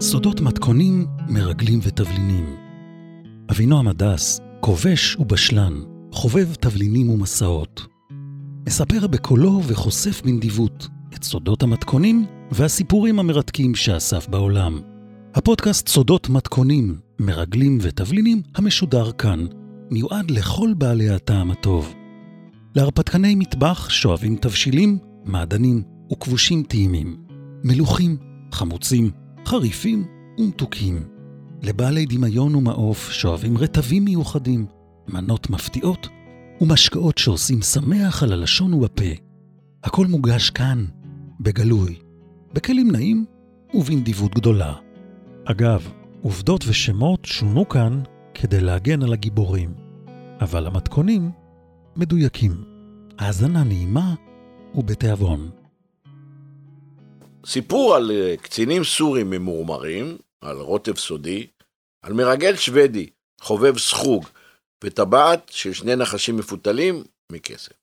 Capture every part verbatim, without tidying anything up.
סודות מתכונים, מרגלים ותבלינים. אבינועם הדס, כובש ובשלן, חובב תבלינים ומסעות. מספר בקולו וחושף בנדיבות את סודות המתכונים והסיפורים המרתקים שאסף בעולם. הפודקאסט סודות מתכונים, מרגלים ותבלינים המשודר כאן, מיועד לכל בעלי הטעם הטוב. להרפתקני מטבח שואבים תבשילים, מעדנים וכבושים טעימים, מלוחים, חמוצים, חריפים ומתוקים. לבעלי דמיון ומעוף שואבים רטבים מיוחדים, מנות מפתיעות ומשקאות שעושים שמח על הלשון ובפה. הכל מוגש כאן, בגלוי, בכלים נעים ובנדיבות גדולה. אגב, עובדות ושמות שונו כאן כדי להגן על הגיבורים, אבל המתכונים מדויקים. האזנה נעימה ובתיאבון. סיפור על קצינים סורים ממורמרים, על רוטב סודי, על מרגל שוודי, חובב סחוג, וטבעת של שני נחשים מפותלים מכסף.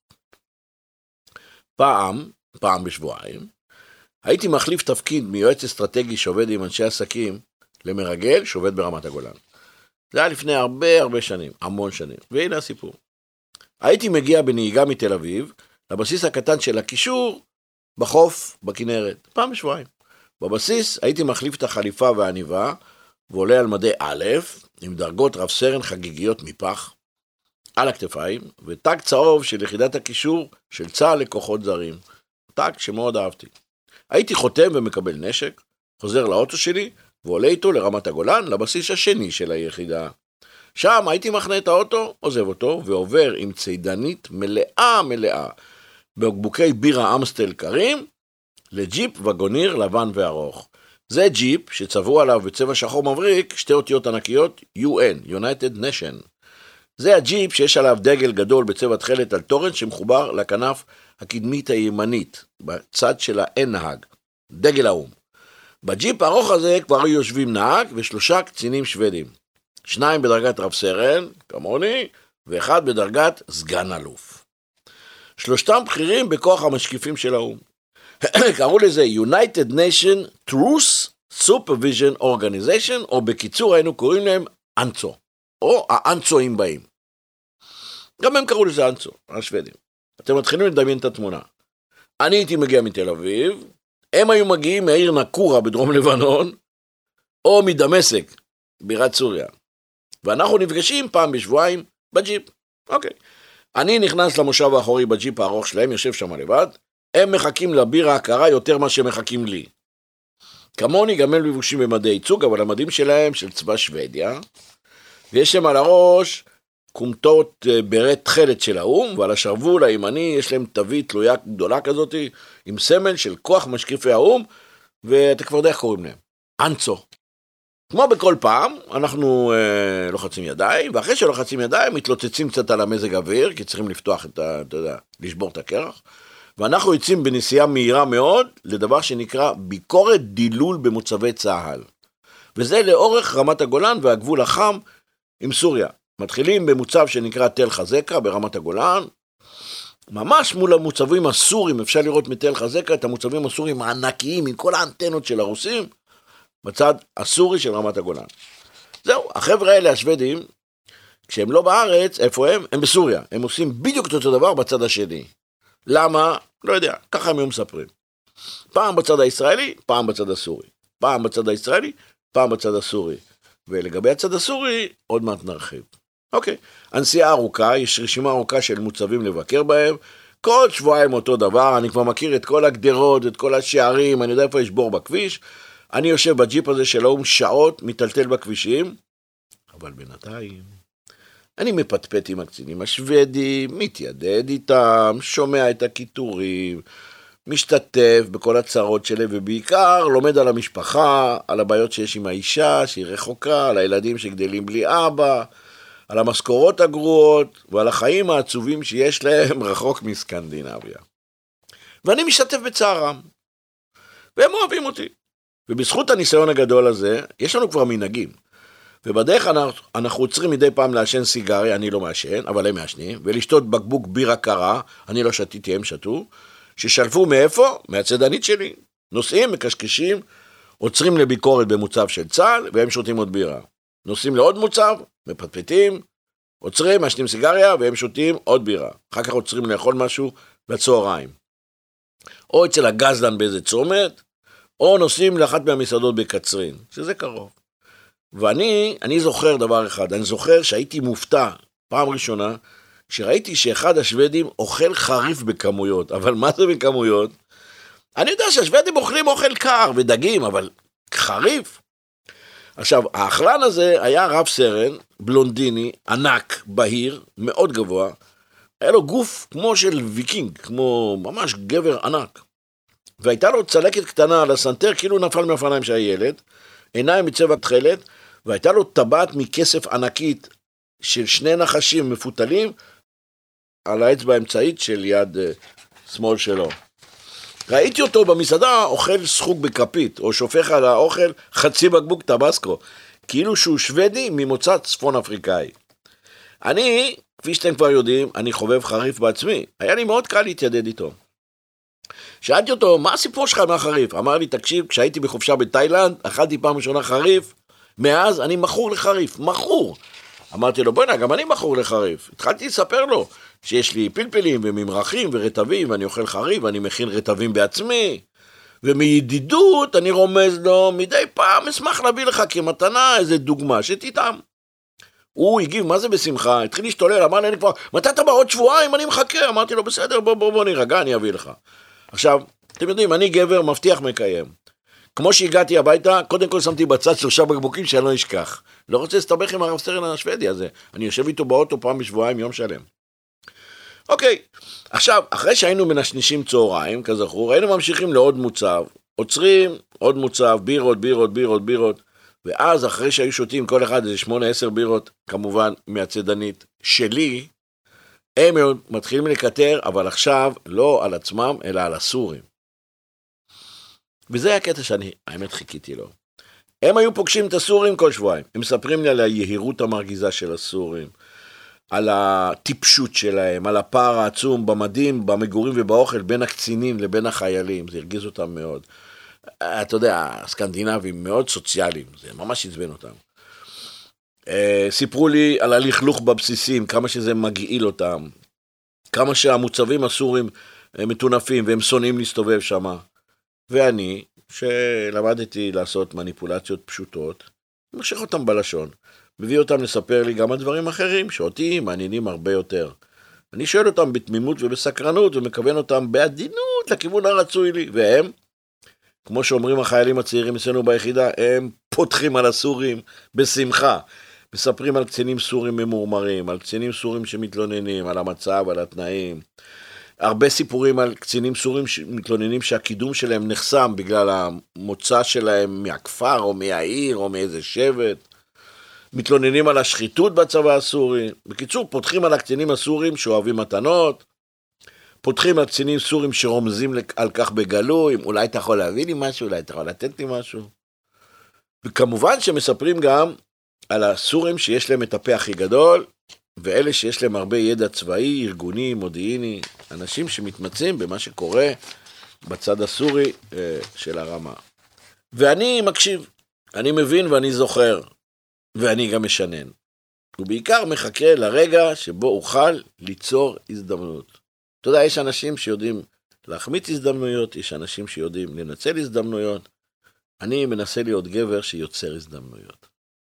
פעם, פעם בשבועיים, הייתי מחליף תפקיד מיועץ אסטרטגי שעובד עם אנשי עסקים, למרגל שעובד ברמת הגולן. זה היה לפני הרבה הרבה שנים, המון שנים, והנה הסיפור. הייתי מגיע בנהיגה מתל אביב, לבסיס הקטן של הקישור, בחוף, בכנרת, פעם בשבועיים. בבסיס הייתי מחליף את החליפה והעניבה, ועולה על מדי א', עם דרגות רב סרן חגיגיות מפח, על הכתפיים, וטג צהוב של יחידת הקישור של צה"ל לכוחות זרים. טג שמאוד אהבתי. הייתי חותם ומקבל נשק, חוזר לאוטו שלי, ועולה איתו לרמת הגולן, לבסיס השני של היחידה. שם הייתי מחנה את האוטו, עוזב אותו, ועובר עם צידנית מלאה מלאה, בבקבוקי בירה אמסטל קרים, לג'יפ וגוניר לבן וארוך. זה ג'יפ שצבעו עליו בצבע שחור מבריק, שתי אותיות ענקיות, יו אן, United Nation. זה הג'יפ שיש עליו דגל גדול בצבע תכלת על תורן שמחובר לכנף הקדמית הימנית, בצד של האין נהג, דגל האום. בג'יפ הארוך הזה כבר היו יושבים נהג ושלושה קצינים שוודים. שניים בדרגת רב סרן, כמוני, ואחד בדרגת סגן אלוף. שלושתם בכירים בכוח המשקיפים של האום. קראו לזה United Nation Truce Supervision Organization, או בקיצור היינו קוראים להם אנצו, או האנצואים באים. גם הם קראו לזה אנצו, השוודים. אתם מתחילים לדמיין את התמונה. אני הייתי מגיע מתל אביב, הם היו מגיעים מהעיר נקורה בדרום לבנון, או מדמשק, בירת סוריה. ואנחנו נפגשים פעם בשבועיים בג'יפ. אוקיי. אני נכנס למושב האחורי בג'יפ הארוך שלהם, יושב שם לבד, הם מחכים לבירה הקרה יותר מה שמחכים לי. כמוני גם הם לבושים במדי ייצוג, אבל המדים שלהם של צבא שוודיה, ויש שם על הראש קומטות ברט תכלת של האום, ועל השרוול הימני יש להם תווית תלויה גדולה כזאת, עם סמל של כוח משקיפי האום, ואתה כבר יודע איך קוראים להם, אנצו. כמו בכל פעם, אנחנו אה, לוחצים ידיים, ואחרי שלוחצים ידיים, מתלוצצים קצת על המזג אוויר, כי צריכים לפתוח את ה... אתה יודע, לשבור את הקרח, ואנחנו יוצאים בנסיעה מהירה מאוד, לדבר שנקרא ביקורת דילול במוצבי צה"ל. וזה לאורך רמת הגולן והגבול החם עם סוריה. מתחילים במוצב שנקרא תל חזקה ברמת הגולן, ממש מול המוצבים הסורים, אפשר לראות מתל חזקה את המוצבים הסורים הענקיים, עם כל האנטנות של הרוסים, בצד הסורי של רמת הגולן. זהו, החבר'ה האלה השוודים, כשהם לא בארץ, איפה הם? הם בסוריה. הם עושים בדיוק את אותו דבר בצד השני. למה? לא יודע, ככה הם מספרים. פעם בצד הישראלי, פעם בצד הסורי. פעם בצד הישראלי, פעם בצד הסורי. ולגבי הצד הסורי, עוד מעט נרחיב. אוקיי, הנסיעה ארוכה, יש רשימה ארוכה של מוצבים לבקר בהם, כל שבועיים אותו דבר, אני כבר מכיר את כל הגדרות, את כל השערים, אני יודע איפה יש בור בכביש, אני יושב בג'יפ הזה של האום שעות, מטלטל בכבישים, אבל בינתיים, אני מפטפט עם הקצינים השוודים, מתיידד איתם, שומע את הכיתורים, משתתף בכל הצרות שלי, ובעיקר לומד על המשפחה, על הבעיות שיש עם האישה, שהיא רחוקה, על הילדים שגדלים בלי אבא, על המשכורות הגרועות, ועל החיים העצובים שיש להם רחוק מסקנדינביה. ואני משתתף בצערם, והם אוהבים אותי. ובזכות הניסיון הגדול הזה, יש לנו כבר מנהגים. ובדרך אנחנו, אנחנו עוצרים מדי פעם לעשן סיגריה, אני לא מעשן, אבל הם מעשנים, ולשתות בקבוק בירה קרה, אני לא שתיתי, הם שתו, ששלפו מאיפה? מהצדנית שלי. נוסעים, מקשקשים, עוצרים לביקורת במוצב של צה"ל, והם שותים עוד בירה. נוסעים לעוד מוצב, מפטפטים, עוצרים, משתים סיגריה, והם שותים עוד בירה. אחר כך עוצרים לאכול משהו בצהריים. או אצל הגזלן באיזה צומת, או נוסעים לאחת מהמסעדות בקצרין, שזה קרוב. ואני, אני זוכר דבר אחד, אני זוכר שהייתי מופתע, פעם ראשונה, שראיתי שאחד השוודים אוכל חריף בכמויות, אבל מה זה בכמויות? אני יודע שהשוודים אוכלים אוכל קר ודגים, אבל חריף. עכשיו, האכלן הזה היה רב סרן, בלונדיני, ענק, בהיר, מאוד גבוה, היה לו גוף כמו של ויקינג, כמו ממש גבר ענק. והייתה לו צלקת קטנה על הסנטר, כאילו נפל מהפניים של הילד, עיניים מצבע תכלת, והייתה לו טבעת מכסף ענקית של שני נחשים מפותלים, על האצבע האמצעית של יד uh, שמאל שלו. ראיתי אותו במסעדה אוכל סחוג בכפית, או שופך על האוכל חצי בקבוק טבסקו, כאילו שהוא שוודי ממוצא צפון אפריקאי. אני, כפי שאתם כבר יודעים, אני חובב חריף בעצמי, היה לי מאוד קל להתיידד איתו. שאלתי אותו, מה הסיפור שלך מהחריף? אמר לי, תקשיב, כשהייתי בחופשה בתאילנד, אכלתי פעם ראשונה חריף, מאז אני מכור לחריף, מכור. אמרתי לו, בוא'נה, גם אני מכור לחריף. התחלתי לספר לו שיש לי פלפלים וממרחים ורטבים, ואני אוכל חריף, ואני מכין רטבים בעצמי, ומידידות אני רומז לו, מדי פעם אשמח להביא לך כמתנה איזה דוגמה שתטעם. הוא הגיב, מה זה בשמחה? התחיל להשתולל, אמר לי, אני כבר, מתי אתה בא עוד שבועיים? אני מחכה. אמרתי לו, בסדר, בוא, בוא, בוא נרגע, אני אביא לך. עכשיו, אתם יודעים, אני גבר, מבטיח מקיים. כמו שהגעתי הביתה, קודם כל שמתי בצד שלושה בקבוקים שאני לא אשכח. לא רוצה להסתבך עם הרב סרן השוודי הזה. אני יושב איתו באוטו פעם בשבועיים, יום שלם. אוקיי, עכשיו, אחרי שהיינו מנשנישים צהריים, כזכור, היינו ממשיכים לעוד מוצב, עוצרים, עוד מוצב, בירות, בירות, בירות, בירות, ואז אחרי שהיו שותים כל אחד איזה שמונה, עשר בירות, כמובן מהצדנית שלי, הם מתחילים לקטר, אבל עכשיו לא על עצמם, אלא על הסורים. וזה היה הקטע שאני, האמת, חיכיתי לו. הם היו פוגשים את הסורים כל שבועיים. הם מספרים לי על היהירות המרגיזה של הסורים, על הטיפשות שלהם, על הפער העצום במדים, במגורים ובאוכל, בין הקצינים לבין החיילים. זה הרגיז אותם מאוד. אתה יודע, הסקנדינבים מאוד סוציאליים, זה ממש עצבן אותם. סיפרו לי על הלכלוך בבסיסים, כמה שזה מגעיל אותם, כמה שהמוצבים הסורים מטונפים, והם שונאים להסתובב שם. ואני, שלמדתי לעשות מניפולציות פשוטות, משך אותם בלשון, מביא אותם לספר לי גם על דברים אחרים, שאותי מעניינים הרבה יותר. אני שואל אותם בתמימות ובסקרנות, ומכוון אותם בעדינות לכיוון הרצוי לי, והם, כמו שאומרים החיילים הצעירים אצלנו ביחידה, הם פותחים על הסורים בשמחה, מספרים על קצינים סורים ממורמרים, על קצינים סורים שמתלוננים, על המצב, על התנאים, הרבה סיפורים על קצינים סורים שמתלוננים שהקידום שלהם נחסם בגלל המוצא שלהם מהכפר או מהעיר או מאיזה שבט, מתלוננים על השחיתות בצבא הסורי. בקיצור, פותחים על הקצינים הסורים שאוהבים מתנות, פותחים על קצינים סורים שרומזים על כך בגלוי, אולי אתה יכול להביא לי משהו, אולי אתה יכול לתת לי משהו. וכמובן שמספרים גם על הסורים שיש להם את הפה הכי גדול, ואלה שיש להם הרבה ידע צבאי, ארגוני, מודיעיני, אנשים שמתמצאים במה שקורה בצד הסורי אה, של הרמה. ואני מקשיב, אני מבין ואני זוכר, ואני גם משנן. ובעיקר מחכה לרגע שבו אוכל ליצור הזדמנות. אתה יודע, יש אנשים שיודעים להחמיץ הזדמנויות, יש אנשים שיודעים לנצל הזדמנויות. אני מנסה להיות גבר שיוצר הזדמנויות.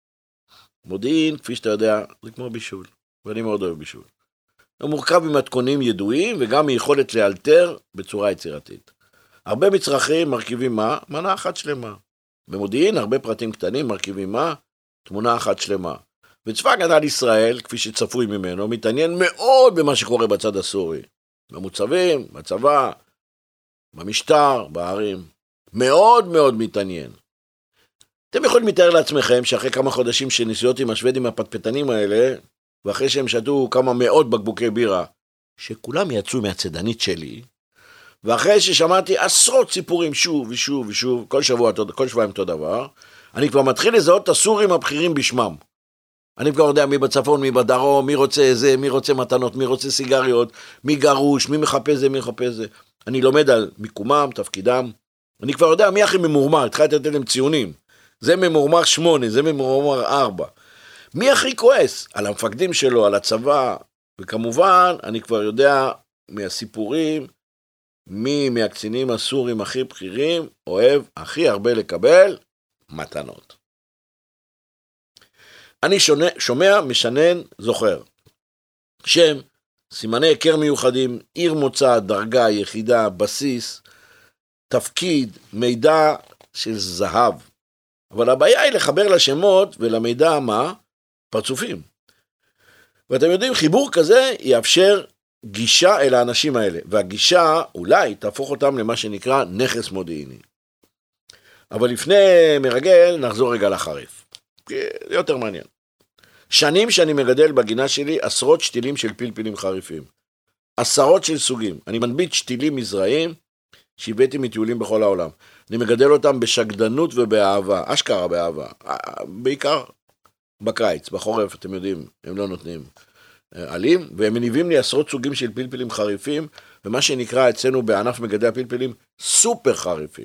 מודיעין, כפי שאתה יודע, זה כמו בישול. ואני מאוד אוהב בישול. הוא מורכב ממתכונים ידועים, וגם מיכולת לאלתר בצורה יצירתית. הרבה מצרכים מרכיבים מה? מנה אחת שלמה. במודיעין, הרבה פרטים קטנים מרכיבים מה? תמונה אחת שלמה. וצבא הגנה לישראל, כפי שצפוי ממנו, מתעניין מאוד במה שקורה בצד הסורי. במוצבים, בצבא, במשטר, בערים. מאוד מאוד מתעניין. אתם יכולים לתאר לעצמכם שאחרי כמה חודשים שנסיעות עם השוודים הפטפטנים האלה, ואחרי שהם שתו כמה מאות בקבוקי בירה, שכולם יצאו מהצדנית שלי, ואחרי ששמעתי עשרות סיפורים שוב ושוב ושוב, כל שבוע, כל שבוע עם אותו דבר, אני כבר מתחיל לזהות את הסורים הבכירים בשמם. אני כבר יודע מי בצפון, מי בדרום, מי רוצה זה, מי רוצה מתנות, מי רוצה סיגריות, מי גרוש, מי מחפש זה, מי מחפש זה. אני לומד על מיקומם, תפקידם, אני כבר יודע מי הכי ממורמר, התחלתי לתת להם ציונים. זה ממורמר שמונה, זה ממורמר ארבע. מי הכי כועס? על המפקדים שלו, על הצבא, וכמובן, אני כבר יודע מהסיפורים, מי מהקצינים הסורים הכי בכירים, אוהב הכי הרבה לקבל מתנות. אני שונה, שומע, משנן, זוכר. שם, סימני היכר מיוחדים, עיר מוצא, דרגה, יחידה, בסיס, תפקיד, מידע של זהב. אבל הבעיה היא לחבר לשמות ולמידע מה? פרצופים. ואתם יודעים, חיבור כזה יאפשר גישה אל האנשים האלה, והגישה אולי תהפוך אותם למה שנקרא נכס מודיעיני. אבל לפני מרגל נחזור רגע לחריף. זה יותר מעניין. שנים שאני מגדל בגינה שלי עשרות שתילים של פלפלים חריפים. עשרות של סוגים. אני מנביט שתילים מזרעים שהבאתי מטיולים בכל העולם. אני מגדל אותם בשקדנות ובאהבה. אשכרה באהבה. בעיקר בקיץ, בחורף, אתם יודעים, הם לא נותנים עלים, והם מניבים לי עשרות סוגים של פלפלים חריפים, ומה שנקרא אצלנו בענף מגדלי הפלפלים, סופר חריפים.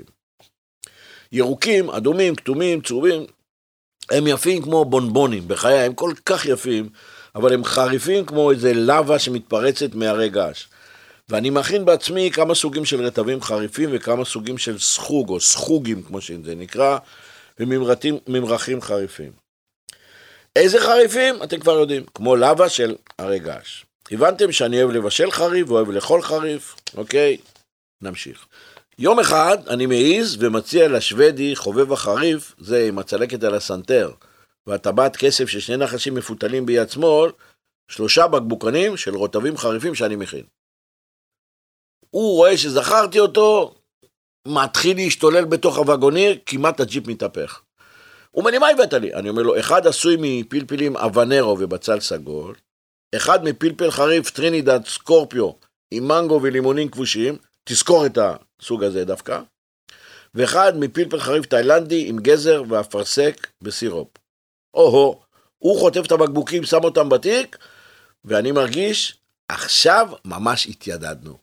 ירוקים, אדומים, כתומים, צהובים, הם יפים כמו בונבונים, בחיי הם כל כך יפים, אבל הם חריפים כמו איזה לבה שמתפרצת מהרי געש. ואני מכין בעצמי כמה סוגים של רטבים חריפים, וכמה סוגים של סחוג, או סחוגים כמו שזה נקרא, וממרחים חריפים. איזה חריפים? אתם כבר יודעים, כמו לבה של הרי געש. הבנתם שאני אוהב לבשל חריף, ואוהב לאכול חריף, אוקיי? נמשיך. יום אחד אני מעיז ומציע לשוודי חובב החריף, זה עם הצלקת על הסנטר, והטבעת כסף של שני נחשים מפותלים ביד שמאל, שלושה בקבוקנים של רוטבים חריפים שאני מכין. הוא רואה שזכרתי אותו, מתחיל להשתולל בתוך הווגוניר, כמעט הג'יפ מתהפך. הוא אומר לי, מה הבאת לי? אני אומר לו, אחד עשוי מפלפלים אבנרו ובצל סגול, אחד מפלפל חריף טרינידד סקורפיו עם מנגו ולימונים כבושים, תזכור את הסוג הזה דווקא, ואחד מפלפל חריף תאילנדי עם גזר ואפרסק בסירופ. או-הו, הוא חוטף את הבקבוקים, שם אותם בתיק, ואני מרגיש, עכשיו ממש התיידדנו.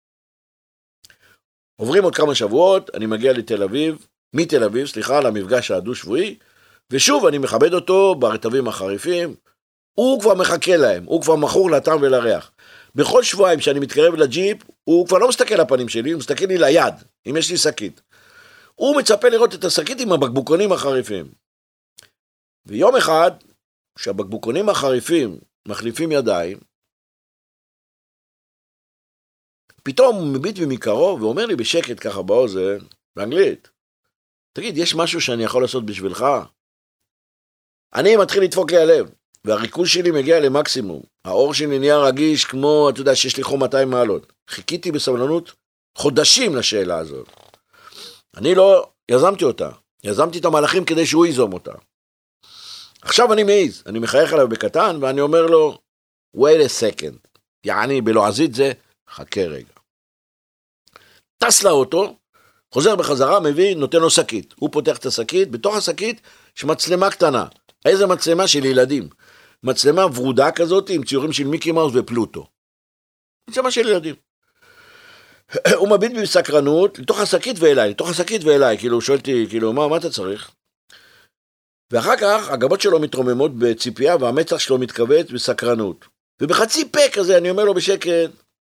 עוברים עוד כמה שבועות, אני מגיע לתל אביב, מתל אביב, סליחה, למפגש הדו-שבועי, ושוב אני מכבד אותו ברטבים החריפים, הוא כבר מחכה להם, הוא כבר מכור לטעם ולריח. בכל שבועיים שאני מתקרב לג'יפ, הוא כבר לא מסתכל לפנים שלי, הוא מסתכל לי ליד, אם יש לי שקית. הוא מצפה לראות את השקית עם הבקבוקונים החריפים. ויום אחד, שהבקבוקונים החריפים מחליפים ידיים, פתאום הוא מביט ממקרוב ואומר לי בשקט ככה באוזן, באנגלית, תגיד, יש משהו שאני יכול לעשות בשבילך? אני מתחיל לדפוק לי הלב, והריכוז שלי מגיע למקסימום. האור שלי נהיה רגיש כמו, אתה יודע, שיש לי חום מאתיים מעלות. חיכיתי בסבלנות חודשים לשאלה הזאת. אני לא יזמתי אותה. יזמתי את המהלכים כדי שהוא יזום אותה. עכשיו אני מעיז, אני מחייך עליו בקטן, ואני אומר לו, wait a second. יעני, בלועזית זה, חכה רגע. טס לאוטו, חוזר בחזרה, מביא, נותן לו שקית. הוא פותח את השקית, בתוך השקית יש מצלמה קטנה. איזה מצלמה? של ילדים. מצלמה ורודה כזאת עם ציורים של מיקי מאוס ופלוטו. מצלמה של ילדים. הוא מביט בסקרנות, לתוך השקית ואליי, לתוך השקית ואליי, כאילו הוא שואל אותי, כאילו, מה, מה אתה צריך? ואחר כך הגבות שלו מתרוממות בציפייה, והמצח שלו מתכווץ בסקרנות. ובחצי פה כזה אני אומר לו בשקט,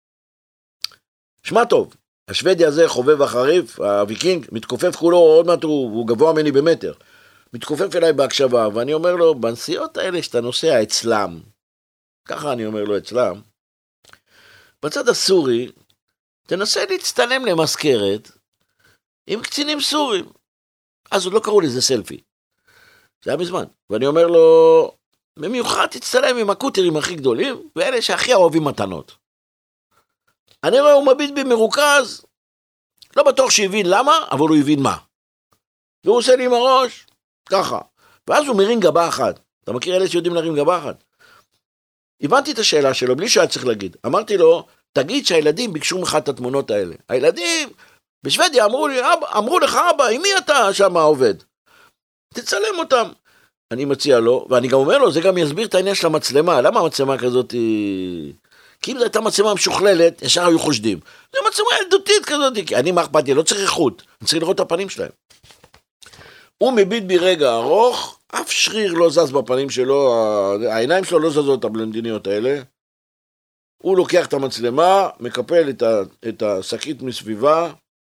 שמע טוב, השוודי הזה חובב החריף, הוויקינג, מתכופף כולו, עוד מעט הוא, הוא גבוה ממני במטר. מתכופף אליי בהקשבה, ואני אומר לו, בנסיעות האלה שאתה נוסע אצלם, ככה אני אומר לו אצלם, בצד הסורי, תנסה להצטלם למזכרת, עם קצינים סורים. אז עוד לא קראו לזה סלפי. זה היה מזמן. ואני אומר לו, במיוחד תצטלם עם הקוטרים הכי גדולים, ואלה שהכי אוהבים מתנות. אני רואה, הוא מביט במרוכז, לא בטוח שהבין למה, אבל הוא הבין מה. והוא עושה לי עם הראש, ככה. ואז הוא מרים גבה אחת. אתה מכיר אלה שיודעים להרים גבה אחת? הבנתי את השאלה שלו, בלי שהיה צריך להגיד. אמרתי לו, תגיד שהילדים ביקשו ממך את התמונות האלה. הילדים בשוודיה אמרו לי, אבא, אמרו לך, אבא, עם מי אתה שם עובד? תצלם אותם. אני מציע לו, ואני גם אומר לו, זה גם יסביר את העניין של המצלמה. למה המצלמה כזאת היא... כי אם זו הייתה מצלמה משוכללת, ישר היו חושדים. זו מצלמה ילדותית כזאת, כי אני מה אכפת לי, לא צריך איכות, אני צריך לראות את הפנים שלהם. הוא מביט ברגע ארוך, אף שריר לא זז בפנים שלו, העיניים שלו לא זזות הבלנדיניות האלה, הוא לוקח את המצלמה, מקפל את, ה, את השקית מסביבה,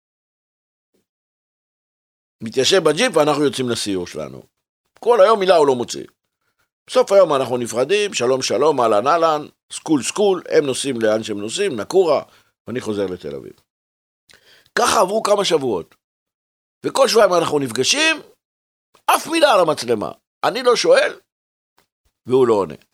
מתיישב בג'יפ ואנחנו יוצאים לסיור שלנו. כל היום מילה הוא לא מוציא. בסוף היום אנחנו נפרדים, שלום שלום, אהלן אהלן, סקול סקול, הם נוסעים לאן שהם נוסעים, נקורה, ואני חוזר לתל אביב. ככה עברו כמה שבועות. וכל שבועיים אנחנו נפגשים, אף מילה על המצלמה. אני לא שואל, והוא לא עונה.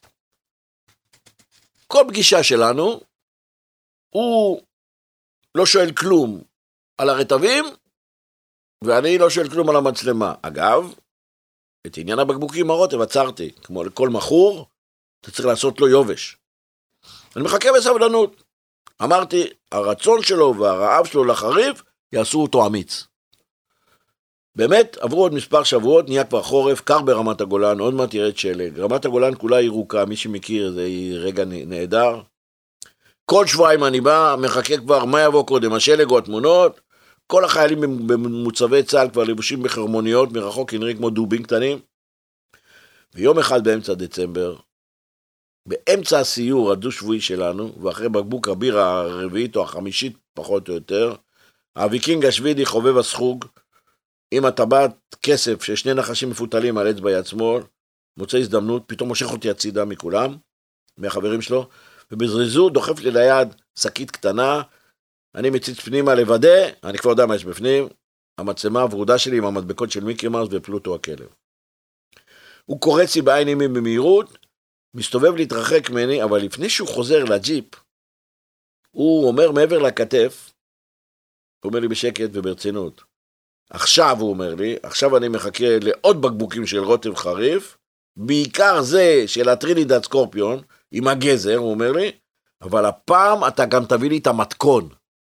כל פגישה שלנו, הוא לא שואל כלום על הרטבים, ואני לא שואל כלום על המצלמה. אגב, את עניין הבקבוקים הרוטב עצרתי, כמו לכל מחור, אתה צריך לעשות לו יובש. אני מחכה בסבלנות. אמרתי, הרצון שלו והרעב שלו לחריף, יעשו אותו אמיץ. באמת, עברו עוד מספר שבועות, נהיה כבר חורף, קר ברמת הגולן, עוד מעט ירד שלג. רמת הגולן כולה ירוקה, מי שמכיר, זה רגע נהדר. כל שבועיים אני בא, מחכה כבר מה יבוא קודם, השלג או התמונות, כל החיילים במוצבי צה"ל כבר לבושים בחרמוניות, מרחוק נראים כמו דובים קטנים. ויום אחד באמצע דצמבר, באמצע הסיור הדו-שבועי שלנו, ואחרי בקבוק הבירה הרביעית או החמישית פחות או יותר, הוויקינג השווידי חובב הסחוג, עם הטבעת כסף של שני נחשים מפותלים על אצבע יד שמאל, מוצא הזדמנות, פתאום מושך אותי הצידה מכולם, מהחברים שלו, ובזריזות דוחף לי ליד שקית קטנה, אני מציץ פנימה לוודא, אני כבר יודע מה יש בפנים, המצלמה הוורודה שלי עם המדבקות של מיקי מאוס ופלוטו הכלב. הוא קורץ לי בעין ימין במהירות, מסתובב להתרחק ממני, אבל לפני שהוא חוזר לג'יפ, הוא אומר מעבר לכתף, הוא אומר לי בשקט וברצינות, עכשיו הוא אומר לי, עכשיו אני מחכה לעוד בקבוקים של רוטב חריף, בעיקר זה של הטרינידד סקורפיון, עם הגזר, הוא אומר לי, אבל הפעם אתה גם תביא לי את המתכון.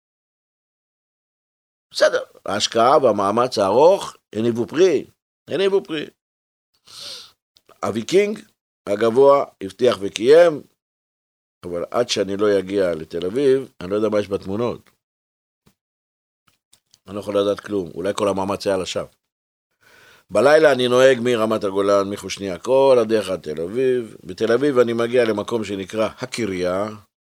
בסדר, ההשקעה והמאמץ הארוך, הניבו פרי, הניבו פרי. הוויקינג הגבוה הבטיח וקיים, אבל עד שאני לא יגיע לתל אביב, אני לא יודע מה יש בתמונות. אני לא יכול לדעת כלום, אולי כל המאמץ היה לשווא. בלילה אני נוהג מרמת הגולן, מחושניה, כל הדרך עד תל אביב. בתל אביב אני מגיע למקום שנקרא הקריה,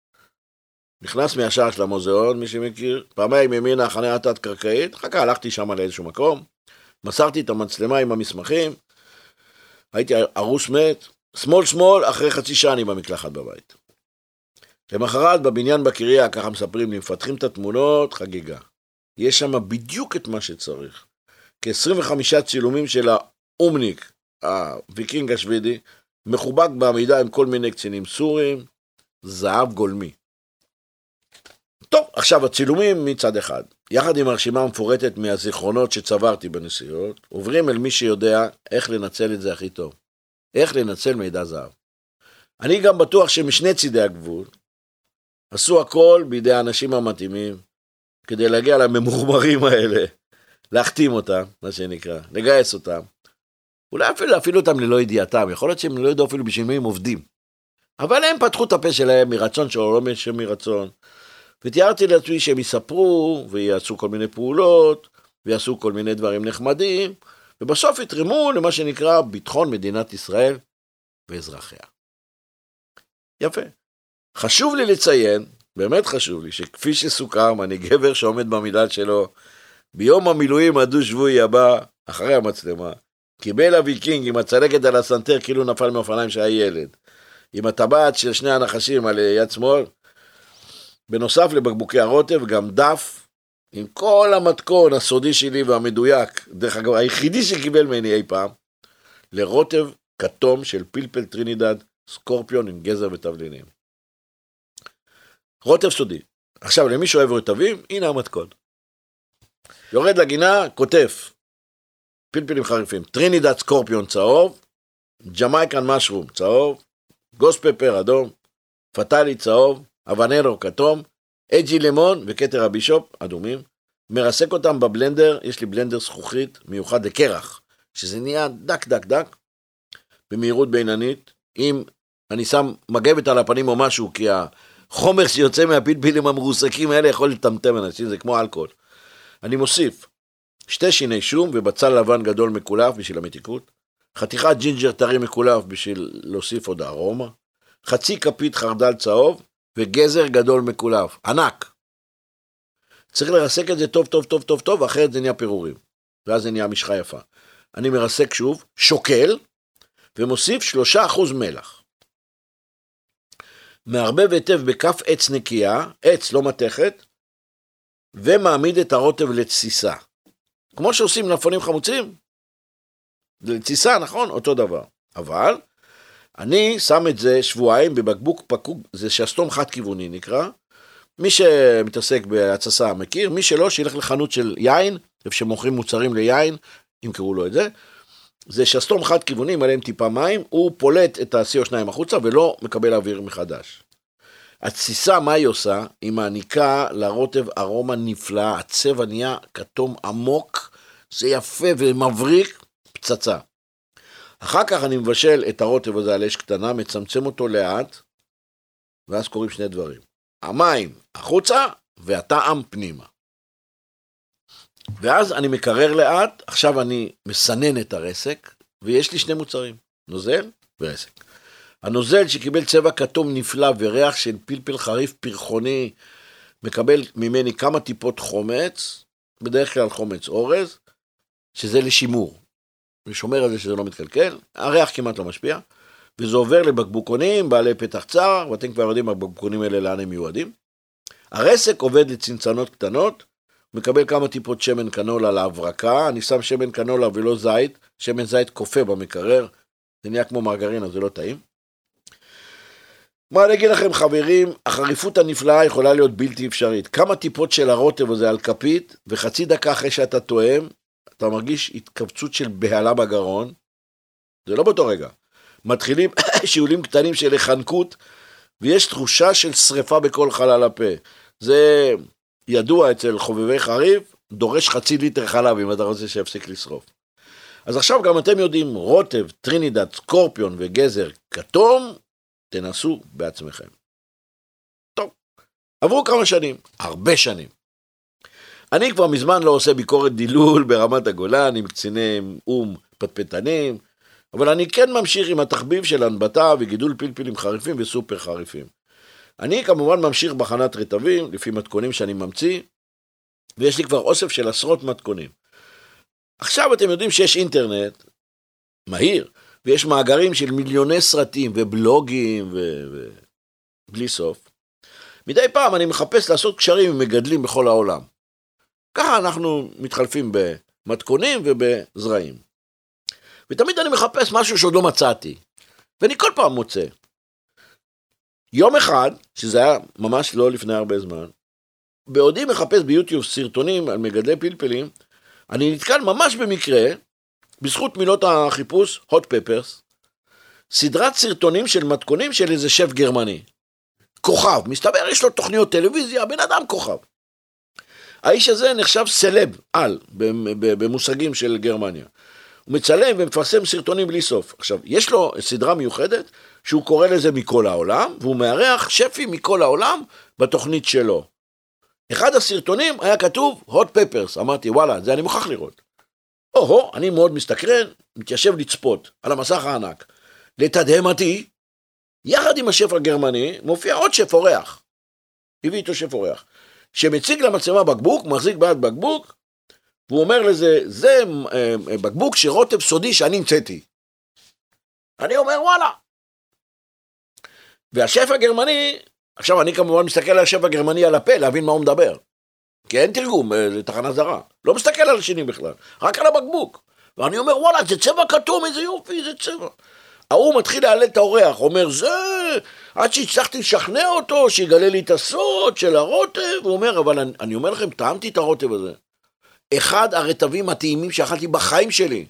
נכנס מהשער של המוזיאון, מי שמכיר, פעמיים ימינה, חניה תת-קרקעית, אחר כך הלכתי שם לאיזשהו מקום, מסרתי את המצלמה עם המסמכים, הייתי ארוס מת, שמאל שמאל, אחרי חצי שעה אני במקלחת בבית. למחרת בבניין בקריה, ככה מספרים לי, מפתחים את התמונות, חגיגה. יש שם בדיוק את מה שצריך. כ-עשרים וחמישה צילומים של האומניק, הוויקינג השווידי, מחובק בעמידה עם כל מיני קצינים סורים, זהב גולמי. טוב, עכשיו הצילומים מצד אחד, יחד עם הרשימה המפורטת מהזיכרונות שצברתי בנסיעות, עוברים אל מי שיודע איך לנצל את זה הכי טוב. איך לנצל מידע זהב. אני גם בטוח שמשני צידי הגבול, עשו הכל בידי האנשים המתאימים, כדי להגיע לממורמרים האלה, להחתים אותם, מה שנקרא, לגייס אותם. אולי אפילו להפעיל אותם ללא ידיעתם, יכול להיות שהם לא ידעו אפילו בשביל מי הם עובדים. אבל הם פתחו את הפה שלהם מרצון שלו, לא משם מרצון. ותיארתי לעצמי שהם יספרו, ויעשו כל מיני פעולות, ויעשו כל מיני דברים נחמדים, ובסוף יתרמו למה שנקרא ביטחון מדינת ישראל ואזרחיה. יפה. חשוב לי לציין, באמת חשוב לי, שכפי שסוכם, אני גבר שעומד במידל שלו, ביום המילואים הדו-שבועי הבא, אחרי המצלמה, קיבל הוויקינג עם הצלקת על הסנטר, כאילו נפל מאופניים שהיה ילד, עם הטבעת של שני הנחשים על יד שמאל, בנוסף לבקבוקי הרוטב, גם דף, עם כל המתכון הסודי שלי והמדויק, דרך אגב, היחידי שקיבל ממני אי פעם, לרוטב כתום של פלפל טרינידד, סקורפיון עם גזר ותבלינים. רוטב סודי. עכשיו, למי שאוהב רוטבים, הנה המתכון. יורד לגינה, כותף, פלפלים חריפים, טרינידד סקורפיון צהוב, ג'מייקן משרום צהוב, גוס פפר אדום, פטלי צהוב, אבנרו כתום, אג'י לימון וכתר הבישופ אדומים, מרסק אותם בבלנדר, יש לי בלנדר זכוכית מיוחד לקרח, שזה נהיה דק דק דק, במהירות בינונית, אם אני שם מגבת על הפנים או משהו, כי החומר שיוצא מהפלפלים המרוסקים האלה יכול לטמטם אנשים, זה כמו אלכוהול. אני מוסיף שתי שיני שום ובצל לבן גדול מקולף בשביל המתיקות, חתיכת ג'ינג'ר טרי מקולף בשביל להוסיף עוד ארומה, חצי כפית חרדל צהוב וגזר גדול מקולף, ענק. צריך לרסק את זה טוב טוב טוב טוב טוב, אחרת זה נהיה פירורים, ואז זה נהיה משחה יפה. אני מרסק שוב, שוקל, ומוסיף שלושה אחוז מלח. מערבב היטב בכף עץ נקייה, עץ לא מתכת, ומעמיד את הרוטב לתסיסה. כמו שעושים מלפפונים חמוצים, לתסיסה, נכון? אותו דבר. אבל, אני שם את זה שבועיים בבקבוק פקוק, זה שסתום חד כיווני נקרא, מי שמתעסק בהצסה מכיר, מי שלא, שילך לחנות של יין, איפה שמוכרים מוצרים ליין, אם קראו לו את זה, זה שסתום חד כיווני, מלא עם טיפה מים, הוא פולט את ה-סי או שתיים החוצה, ולא מקבל אוויר מחדש. התסיסה, מה היא עושה? היא מעניקה לרוטב ארומה נפלא, הצבע נהיה כתום עמוק, זה יפה ומבריק, פצצה. אחר כך אני מבשל את הרוטב הזה על אש קטנה, מצמצם אותו לאט, ואז קוראים שני דברים. המים החוצה, והטעם פנימה. ואז אני מקרר לאט, עכשיו אני מסנן את הרסק, ויש לי שני מוצרים, נוזל ורסק. הנוזל שקיבל צבע כתום נפלא וריח של פלפל חריף פרחוני, מקבל ממני כמה טיפות חומץ, בדרך כלל חומץ אורז, שזה לשימור. ושומר על זה שזה לא מתקלקל, הריח כמעט לא משפיע, וזה עובר לבקבוקונים, בעלי פתח צר, ואתם כבר יודעים הבקבוקונים האלה לאן הם מיועדים. הרסק עובד לצנצנות קטנות, מקבל כמה טיפות שמן קנולה להברקה, אני שם שמן קנולה ולא זית, שמן זית קופה במקרר, זה נהיה כמו מרגרינה, זה לא טעים. מה אני אגיד לכם חברים, החריפות הנפלאה יכולה להיות בלתי אפשרית, כמה טיפות של הרוטב הזה על כפית, וחצי דקה אחרי שאתה טועם, אתה מרגיש התכווצות של בהלה בגרון, זה לא באותו רגע, מתחילים שיעולים קטנים של החנקות, ויש תחושה של שריפה בכל חלל הפה, זה ידוע אצל חובבי חריף, דורש חצי ליטר חלב אם אתה רוצה שיפסיק לשרוף. אז עכשיו גם אתם יודעים, רוטב, טרינידד, סקורפיון וגזר כתום, תנסו בעצמכם. טוב, עברו כמה שנים, הרבה שנים. אני כבר מזמן לא עושה ביקורת דילול ברמת הגולן, עם קציני אום פטפטנים, אבל אני כן ממשיך עם התחביב של הנבטה וגידול פלפלים חריפים וסופר חריפים. אני כמובן ממשיך בחנת רטבים, לפי מתכונים שאני ממציא, ויש לי כבר אוסף של עשרות מתכונים. עכשיו אתם יודעים שיש אינטרנט מהיר, ויש מאגרים של מיליוני סרטים ובלוגים ובלי סוף. מדי פעם אני מחפש לעשות קשרים עם מגדלים בכל העולם. ככה אנחנו מתחלפים במתכונים ובזרעים. ותמיד אני מחפש משהו שעוד לא מצאתי, ואני כל פעם מוצא. יום אחד, שזה היה ממש לא לפני הרבה זמן, בעודי מחפש ביוטיוב סרטונים על מגדלי פלפלים, אני נתקל ממש במקרה, בזכות מילות החיפוש, hot peppers, סדרת סרטונים של מתכונים של איזה שף גרמני. כוכב, מסתבר יש לו תוכניות טלוויזיה, בן אדם כוכב. האיש הזה נחשב סלב על, במושגים של גרמניה. הוא מצלם ומפרסם סרטונים בלי סוף. עכשיו, יש לו סדרה מיוחדת, שהוא קורא לזה מכל העולם, והוא מארח שפים מכל העולם בתוכנית שלו. אחד הסרטונים היה כתוב hot peppers, אמרתי וואלה, זה אני מוכרח לראות. או-הו, אני מאוד מסתקרן, מתיישב לצפות על המסך הענק. לתדהמתי, יחד עם השף הגרמני, מופיע עוד שף אורח. הביא איתו שף אורח. שמציג למצלמה בקבוק, מחזיק ביד בקבוק, והוא אומר לזה, זה בקבוק שרוטב סודי שאני המצאתי. אני אומר וואלה. והשף הגרמני, עכשיו אני כמובן מסתכל על השף הגרמני על הפה, להבין מה הוא מדבר. כי אין תרגום לתחנה זרה. לא מסתכל על השני בכלל, רק על הבקבוק. ואני אומר, וואלה, זה צבע כתום, איזה יופי, זה צבע. ההוא מתחיל להעלה את האורח, אומר, זה, עד שהצלחתי לשכנע אותו, שיגלה לי את הסוד של הרוטב, הוא אומר, אבל אני, אני אומר לכם, טעמתי את הרוטב הזה. אחד הרטבים הטעימים שאכלתי בחיים שלי.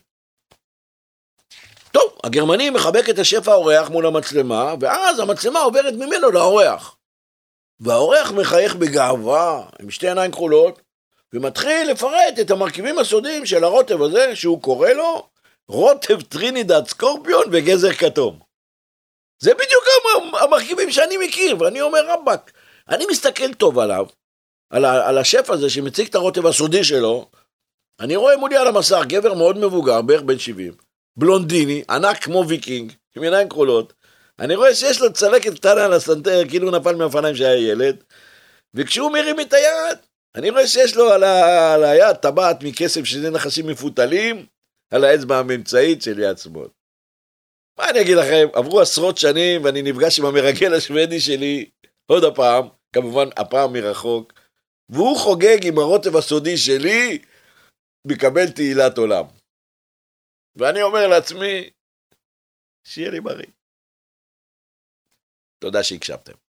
טוב, הגרמני מחבק את השף האורח מול המצלמה, ואז המצלמה עוברת ממנו לאורח. והאורח מחייך בגאווה, עם שתי עיניים כחולות, ומתחיל לפרט את המרכיבים הסודיים של הרוטב הזה, שהוא קורא לו, רוטב טרינידד סקורפיון וגזר כתום. זה בדיוק המרכיבים שאני מכיר, ואני אומר רבק, אני מסתכל טוב עליו, על, ה, על השף הזה שמציג את הרוטב הסודי שלו, אני רואה מולי על המסך גבר מאוד מבוגר, בערך בן שבעים, בלונדיני, ענק כמו ויקינג, עם עיניים כחולות, אני רואה שיש לו צלקת קטנה על הסנטר, כאילו הוא נפל מהאופניים שהיה ילד, וכשהוא מרים את היד, אני רואה שיש לו על, ה, על היד טבעת מכסף שזה נחשים מפותלים, על האצבע הממצאית של יד שמאל. מה אני אגיד לכם, עברו עשרות שנים ואני נפגש עם המרגל השוודי שלי, עוד הפעם, כמובן הפעם מרחוק, והוא חוגג עם הרוטב הסודי שלי, מקבל תהילת עולם. ואני אומר לעצמי, שיהיה לי בריא. תודה שהקשבתם.